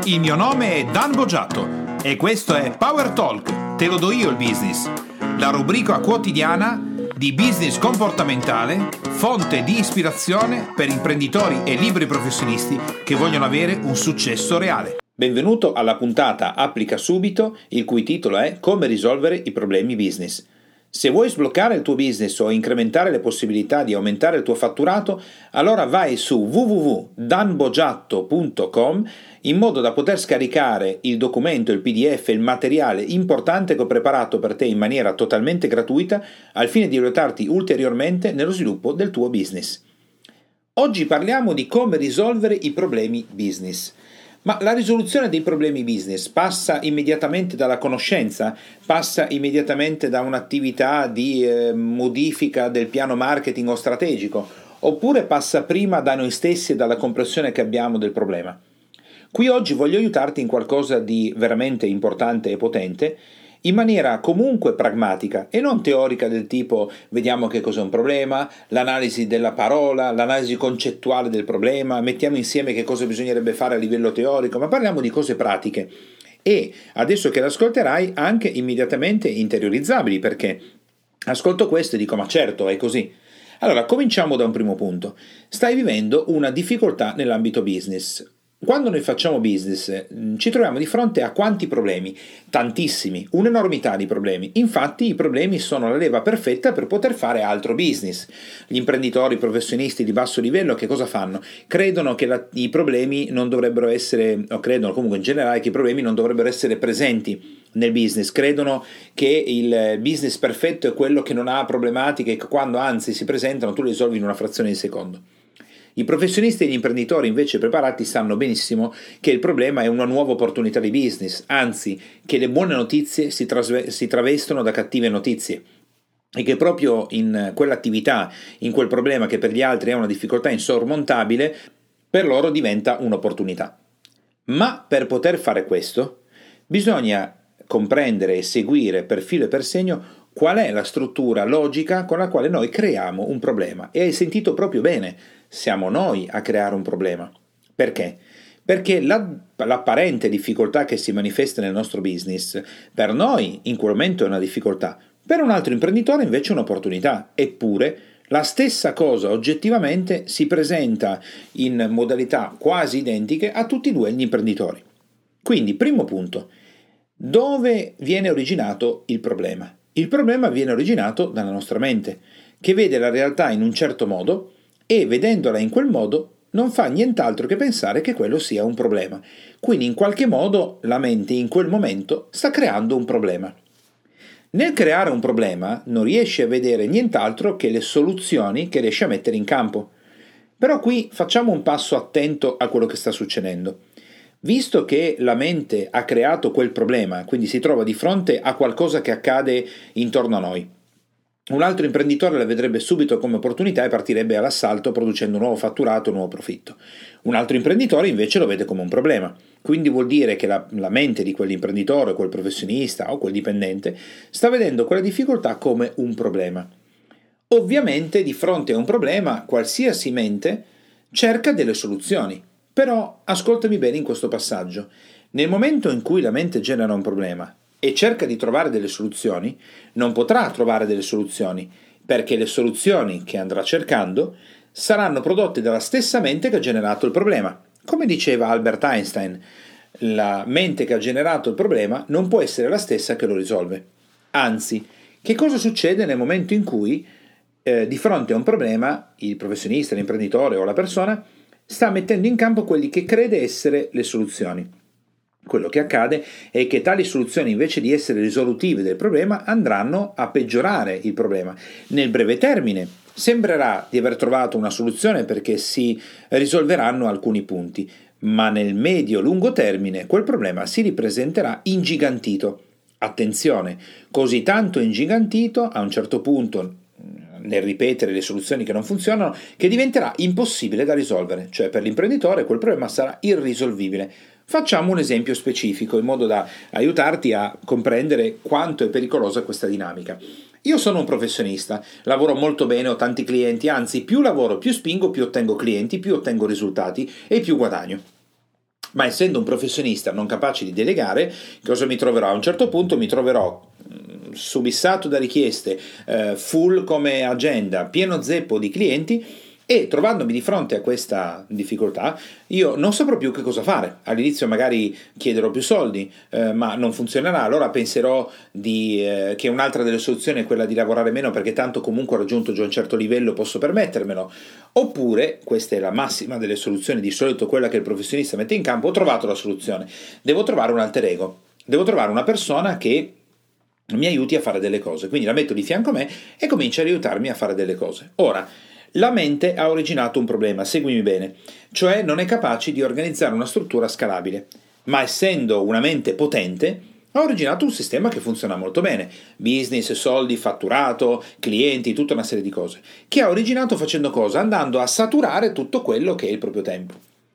Il mio nome è Dan Boggiato e questo è Power Talk, te lo do io il business, la rubrica quotidiana di business comportamentale, fonte di ispirazione per imprenditori e liberi professionisti che vogliono avere un successo reale. Benvenuto alla puntata Applica Subito, il cui titolo è Come risolvere i problemi business. Se vuoi sbloccare il tuo business o incrementare le possibilità di aumentare il tuo fatturato, allora vai su www.danboggiatto.com in modo da poter scaricare il documento, il PDF, il materiale importante che ho preparato per te in maniera totalmente gratuita al fine di aiutarti ulteriormente nello sviluppo del tuo business. Oggi parliamo di come risolvere i problemi business. Ma la risoluzione dei problemi business passa immediatamente dalla conoscenza, passa immediatamente da un'attività di modifica del piano marketing o strategico, oppure passa prima da noi stessi e dalla comprensione che abbiamo del problema. Qui oggi voglio aiutarti in qualcosa di veramente importante e potente, in maniera comunque pragmatica e non teorica del tipo vediamo che cos'è un problema, l'analisi della parola, l'analisi concettuale del problema, mettiamo insieme che cosa bisognerebbe fare a livello teorico, ma parliamo di cose pratiche e adesso che l'ascolterai anche immediatamente interiorizzabili, perché ascolto questo e dico ma certo è così. Allora cominciamo da un primo punto. Stai vivendo una difficoltà nell'ambito business. Quando noi facciamo business ci troviamo di fronte a quanti problemi? Tantissimi, un'enormità di problemi. Infatti i problemi sono la leva perfetta per poter fare altro business. Gli imprenditori, i professionisti di basso livello che cosa fanno? Credono che i problemi non dovrebbero essere, o credono comunque in generale che i problemi non dovrebbero essere presenti nel business, credono che il business perfetto è quello che non ha problematiche e che quando anzi si presentano tu le risolvi in una frazione di secondo. I professionisti e gli imprenditori invece preparati sanno benissimo che il problema è una nuova opportunità di business, anzi che le buone notizie si travestono da cattive notizie e che proprio in quell'attività, in quel problema che per gli altri è una difficoltà insormontabile, per loro diventa un'opportunità. Ma per poter fare questo bisogna comprendere e seguire per filo e per segno qual è la struttura logica con la quale noi creiamo un problema. E hai sentito proprio bene, siamo noi a creare un problema. Perché? Perché l'apparente difficoltà che si manifesta nel nostro business, per noi in quel momento è una difficoltà, per un altro imprenditore invece è un'opportunità. Eppure la stessa cosa oggettivamente si presenta in modalità quasi identiche a tutti e due gli imprenditori. Quindi, primo punto, dove viene originato il problema? Il problema viene originato dalla nostra mente, che vede la realtà in un certo modo e vedendola in quel modo non fa nient'altro che pensare che quello sia un problema. Quindi in qualche modo la mente in quel momento sta creando un problema. Nel creare un problema non riesce a vedere nient'altro che le soluzioni che riesce a mettere in campo. Però qui facciamo un passo attento a quello che sta succedendo. Visto che la mente ha creato quel problema, quindi si trova di fronte a qualcosa che accade intorno a noi, un altro imprenditore la vedrebbe subito come opportunità e partirebbe all'assalto producendo un nuovo fatturato, un nuovo profitto. Un altro imprenditore invece lo vede come un problema. Quindi vuol dire che la mente di quell'imprenditore, quel professionista o quel dipendente sta vedendo quella difficoltà come un problema. Ovviamente di fronte a un problema qualsiasi mente cerca delle soluzioni. Però ascoltami bene in questo passaggio. Nel momento in cui la mente genera un problema e cerca di trovare delle soluzioni, non potrà trovare delle soluzioni, perché le soluzioni che andrà cercando saranno prodotte dalla stessa mente che ha generato il problema. Come diceva Albert Einstein, la mente che ha generato il problema non può essere la stessa che lo risolve. Anzi, che cosa succede nel momento in cui di fronte a un problema il professionista, l'imprenditore o la persona sta mettendo in campo quelli che crede essere le soluzioni? Quello che accade è che tali soluzioni, invece di essere risolutive del problema, andranno a peggiorare il problema. Nel breve termine sembrerà di aver trovato una soluzione perché si risolveranno alcuni punti, ma nel medio-lungo termine quel problema si ripresenterà ingigantito. Attenzione, così tanto ingigantito a un certo punto, nel ripetere le soluzioni che non funzionano, che diventerà impossibile da risolvere, cioè per l'imprenditore quel problema sarà irrisolvibile. Facciamo un esempio specifico in modo da aiutarti a comprendere quanto è pericolosa questa dinamica. Io sono un professionista, lavoro molto bene, ho tanti clienti, anzi più lavoro, più spingo, più ottengo clienti, più ottengo risultati e più guadagno. Ma essendo un professionista non capace di delegare, cosa mi troverò? A un certo punto mi troverò subissato da richieste, full come agenda, pieno zeppo di clienti, e trovandomi di fronte a questa difficoltà io non saprò più che cosa fare. All'inizio magari chiederò più soldi, ma non funzionerà, allora penserò che un'altra delle soluzioni è quella di lavorare meno, perché tanto comunque ho raggiunto già un certo livello, posso permettermelo. Oppure, questa è la massima delle soluzioni, di solito quella che il professionista mette in campo: ho trovato la soluzione, devo trovare un alter ego, devo trovare una persona che mi aiuti a fare delle cose, quindi la metto di fianco a me e comincia ad aiutarmi a fare delle cose. Ora, la mente ha originato un problema, seguimi bene, cioè non è capace di organizzare una struttura scalabile, ma essendo una mente potente ha originato un sistema che funziona molto bene: business, soldi, fatturato, clienti, tutta una serie di cose, che ha originato facendo cosa? Andando a saturare tutto quello che è il proprio tempo.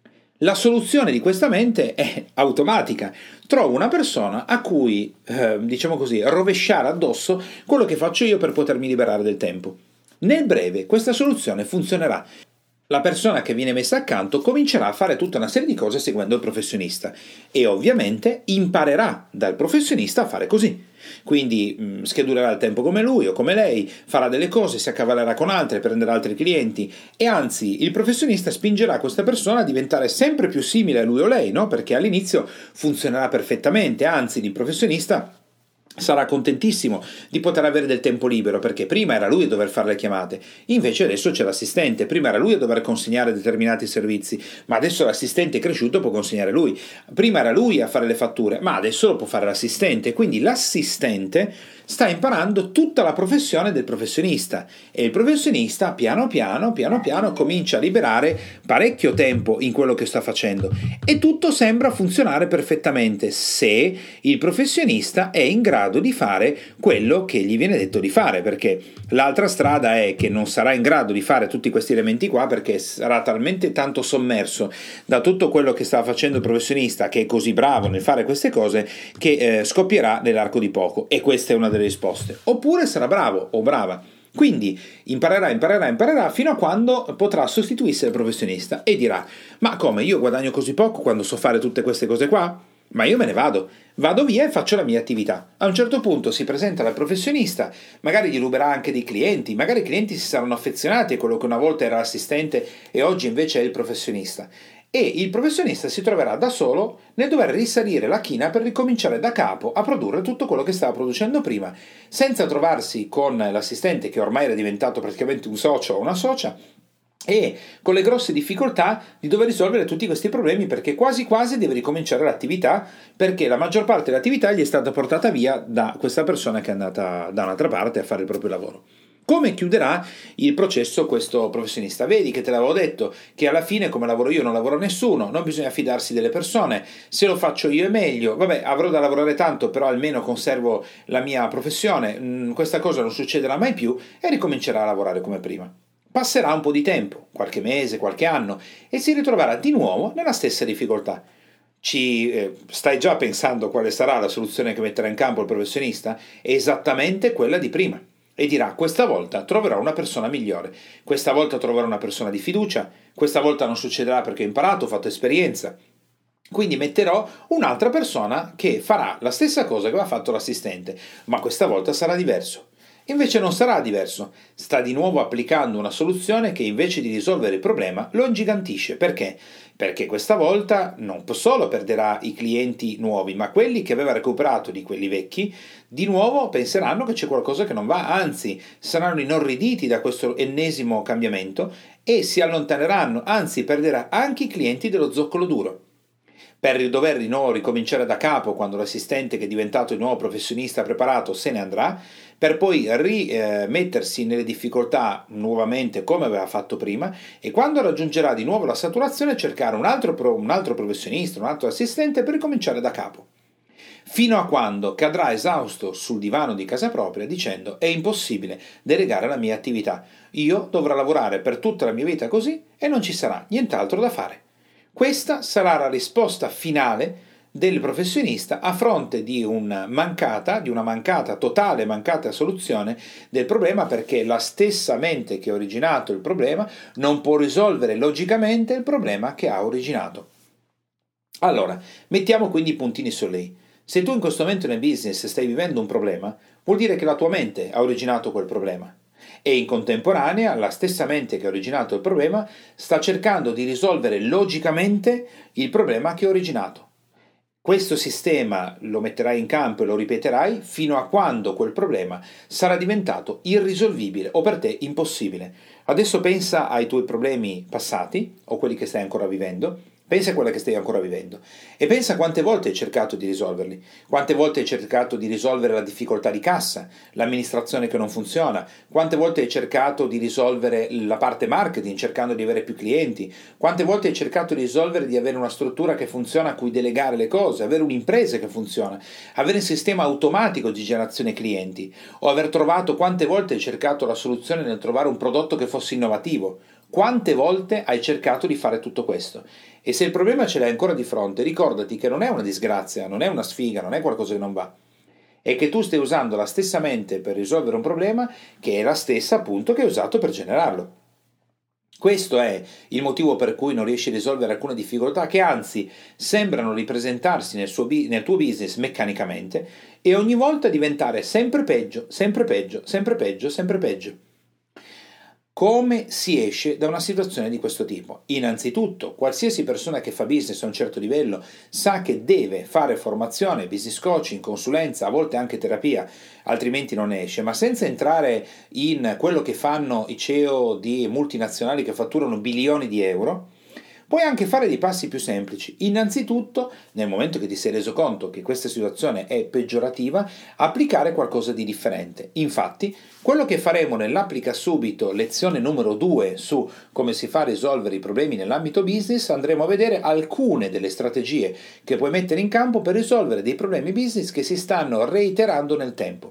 La soluzione di questa mente è automatica: trovo una persona a cui, diciamo così, rovesciare addosso quello che faccio io per potermi liberare del tempo. Nel breve questa soluzione funzionerà. La persona che viene messa accanto comincerà a fare tutta una serie di cose seguendo il professionista e ovviamente imparerà dal professionista a fare così. Quindi schedulerà il tempo come lui o come lei, farà delle cose, si accavallerà con altre, prenderà altri clienti, e anzi il professionista spingerà questa persona a diventare sempre più simile a lui o lei, no? Perché all'inizio funzionerà perfettamente, anzi il professionista sarà contentissimo di poter avere del tempo libero, perché prima era lui a dover fare le chiamate, invece adesso c'è l'assistente. Prima era lui a dover consegnare determinati servizi, ma adesso l'assistente è cresciuto, può consegnare lui. Prima era lui a fare le fatture, ma adesso lo può fare l'assistente. Quindi l'assistente sta imparando tutta la professione del professionista e il professionista piano piano comincia a liberare parecchio tempo in quello che sta facendo, e tutto sembra funzionare perfettamente se il professionista è in grado di fare quello che gli viene detto di fare, perché l'altra strada è che non sarà in grado di fare tutti questi elementi qua, perché sarà talmente tanto sommerso da tutto quello che sta facendo il professionista, che è così bravo nel fare queste cose, che scoppierà nell'arco di poco. E questa è una delle risposte. Oppure sarà bravo o brava, quindi imparerà fino a quando potrà sostituirsi al professionista e dirà: ma come, io guadagno così poco quando so fare tutte queste cose qua? Ma io me ne vado via e faccio la mia attività. A un certo punto si presenta dal professionista, magari gli ruberà anche dei clienti, magari i clienti si saranno affezionati a quello che una volta era l'assistente e oggi invece è il professionista, e il professionista si troverà da solo nel dover risalire la china per ricominciare da capo a produrre tutto quello che stava producendo prima, senza trovarsi con l'assistente che ormai era diventato praticamente un socio o una socia, e con le grosse difficoltà di dover risolvere tutti questi problemi, perché quasi quasi deve ricominciare l'attività, perché la maggior parte dell'attività gli è stata portata via da questa persona che è andata da un'altra parte a fare il proprio lavoro. Come chiuderà il processo questo professionista? Vedi che te l'avevo detto, che alla fine, come lavoro io non lavora nessuno, non bisogna fidarsi delle persone, se lo faccio io è meglio, vabbè, avrò da lavorare tanto, però almeno conservo la mia professione, questa cosa non succederà mai più, e ricomincerà a lavorare come prima. Passerà un po' di tempo, qualche mese, qualche anno, e si ritroverà di nuovo nella stessa difficoltà. Stai già pensando quale sarà la soluzione che metterà in campo il professionista? È esattamente quella di prima. E dirà: questa volta troverò una persona migliore, questa volta troverò una persona di fiducia, questa volta non succederà perché ho imparato, ho fatto esperienza, quindi metterò un'altra persona che farà la stessa cosa che aveva fatto l'assistente, ma questa volta sarà diverso. Invece non sarà diverso, sta di nuovo applicando una soluzione che invece di risolvere il problema lo ingigantisce. Perché? Perché questa volta non solo perderà i clienti nuovi, ma quelli che aveva recuperato di quelli vecchi di nuovo penseranno che c'è qualcosa che non va, anzi saranno inorriditi da questo ennesimo cambiamento e si allontaneranno, anzi perderà anche i clienti dello zoccolo duro. Per dover di nuovo ricominciare da capo quando l'assistente che è diventato il nuovo professionista preparato se ne andrà, per poi rimettersi nelle difficoltà nuovamente come aveva fatto prima, e quando raggiungerà di nuovo la saturazione cercare un altro professionista, un altro assistente per ricominciare da capo. Fino a quando cadrà esausto sul divano di casa propria dicendo: è impossibile delegare la mia attività, io dovrò lavorare per tutta la mia vita così e non ci sarà nient'altro da fare. Questa sarà la risposta finale del professionista a fronte di una totale mancata soluzione del problema, perché la stessa mente che ha originato il problema non può risolvere logicamente il problema che ha originato. Allora, mettiamo quindi i puntini su lei. Se tu in questo momento nel business stai vivendo un problema, vuol dire che la tua mente ha originato quel problema. E in contemporanea la stessa mente che ha originato il problema sta cercando di risolvere logicamente il problema che ha originato. Questo sistema lo metterai in campo e lo ripeterai fino a quando quel problema sarà diventato irrisolvibile o per te impossibile. Adesso pensa ai tuoi problemi passati o quelli che stai ancora vivendo. Pensa a quella che stai ancora vivendo e pensa quante volte hai cercato di risolverli, quante volte hai cercato di risolvere la difficoltà di cassa, l'amministrazione che non funziona, quante volte hai cercato di risolvere la parte marketing cercando di avere più clienti, quante volte hai cercato di risolvere di avere una struttura che funziona a cui delegare le cose, avere un'impresa che funziona, avere un sistema automatico di generazione clienti o aver trovato, quante volte hai cercato la soluzione nel trovare un prodotto che fosse innovativo. Quante volte hai cercato di fare tutto questo? E se il problema ce l'hai ancora di fronte, ricordati che non è una disgrazia, non è una sfiga, non è qualcosa che non va. È che tu stai usando la stessa mente per risolvere un problema che è la stessa appunto che hai usato per generarlo. Questo è il motivo per cui non riesci a risolvere alcune difficoltà che anzi sembrano ripresentarsi nel tuo business meccanicamente e ogni volta diventare sempre peggio, sempre peggio, sempre peggio, sempre peggio. Come si esce da una situazione di questo tipo? Innanzitutto, qualsiasi persona che fa business a un certo livello sa che deve fare formazione, business coaching, consulenza, a volte anche terapia, altrimenti non esce, ma senza entrare in quello che fanno i CEO di multinazionali che fatturano bilioni di euro. Puoi anche fare dei passi più semplici. Innanzitutto, nel momento che ti sei reso conto che questa situazione è peggiorativa, applicare qualcosa di differente. Infatti, quello che faremo nell'Applica Subito, lezione numero 2 su come si fa a risolvere i problemi nell'ambito business, andremo a vedere alcune delle strategie che puoi mettere in campo per risolvere dei problemi business che si stanno reiterando nel tempo.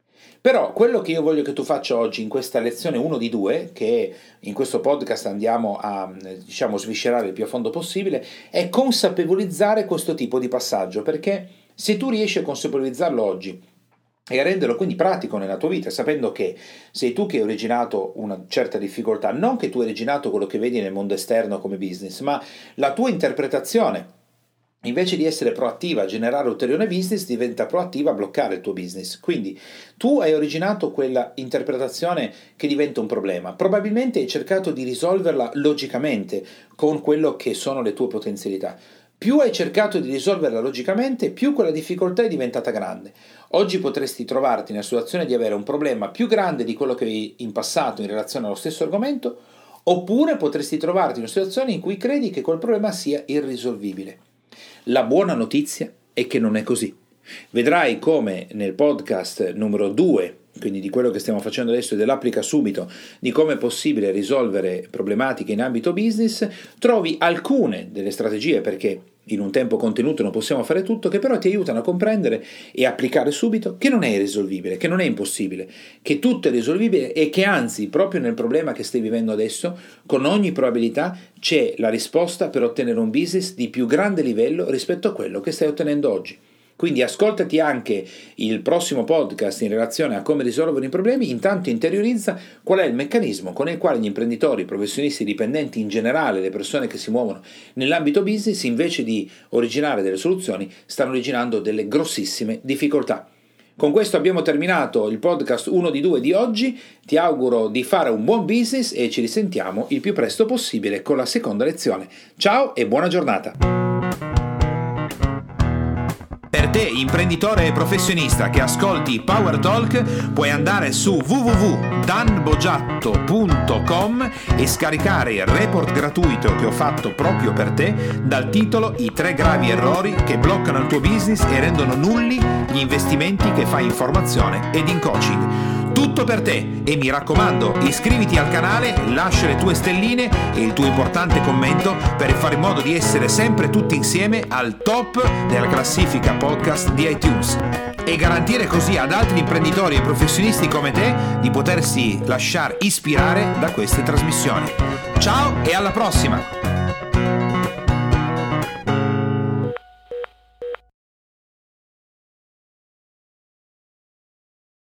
Però quello che io voglio che tu faccia oggi in questa lezione 1 di 2, che in questo podcast andiamo a sviscerare il più a fondo possibile, è consapevolizzare questo tipo di passaggio, perché se tu riesci a consapevolizzarlo oggi e a renderlo quindi pratico nella tua vita, sapendo che sei tu che hai originato una certa difficoltà, non che tu hai originato quello che vedi nel mondo esterno come business, ma la tua interpretazione, invece di essere proattiva a generare ulteriore business, diventa proattiva a bloccare il tuo business. Quindi tu hai originato quella interpretazione che diventa un problema. Probabilmente hai cercato di risolverla logicamente con quello che sono le tue potenzialità. Più hai cercato di risolverla logicamente, più quella difficoltà è diventata grande. Oggi potresti trovarti nella situazione di avere un problema più grande di quello che avevi in passato in relazione allo stesso argomento, oppure potresti trovarti in una situazione in cui credi che quel problema sia irrisolvibile. La buona notizia è che non è così. Vedrai come nel podcast numero 2, quindi di quello che stiamo facendo adesso e dell'Applica Subito, di come è possibile risolvere problematiche in ambito business, trovi alcune delle strategie, perché in un tempo contenuto non possiamo fare tutto, che però ti aiutano a comprendere e applicare subito che non è irrisolvibile, che non è impossibile, che tutto è risolvibile e che anzi, proprio nel problema che stai vivendo adesso, con ogni probabilità c'è la risposta per ottenere un business di più grande livello rispetto a quello che stai ottenendo oggi. Quindi ascoltati anche il prossimo podcast in relazione a come risolvere i problemi, intanto interiorizza qual è il meccanismo con il quale gli imprenditori, i professionisti, i dipendenti in generale, le persone che si muovono nell'ambito business, invece di originare delle soluzioni, stanno originando delle grossissime difficoltà. Con questo abbiamo terminato il podcast 1 di 2 di oggi, ti auguro di fare un buon business e ci risentiamo il più presto possibile con la seconda lezione. Ciao e buona giornata! Per te, imprenditore e professionista che ascolti Power Talk, puoi andare su www.danbogiatto.com e scaricare il report gratuito che ho fatto proprio per te dal titolo I 3 gravi errori che bloccano il tuo business e rendono nulli gli investimenti che fai in formazione ed in coaching. Tutto per te e mi raccomando, iscriviti al canale, lascia le tue stelline e il tuo importante commento per fare in modo di essere sempre tutti insieme al top della classifica podcast di iTunes e garantire così ad altri imprenditori e professionisti come te di potersi lasciare ispirare da queste trasmissioni. Ciao e alla prossima!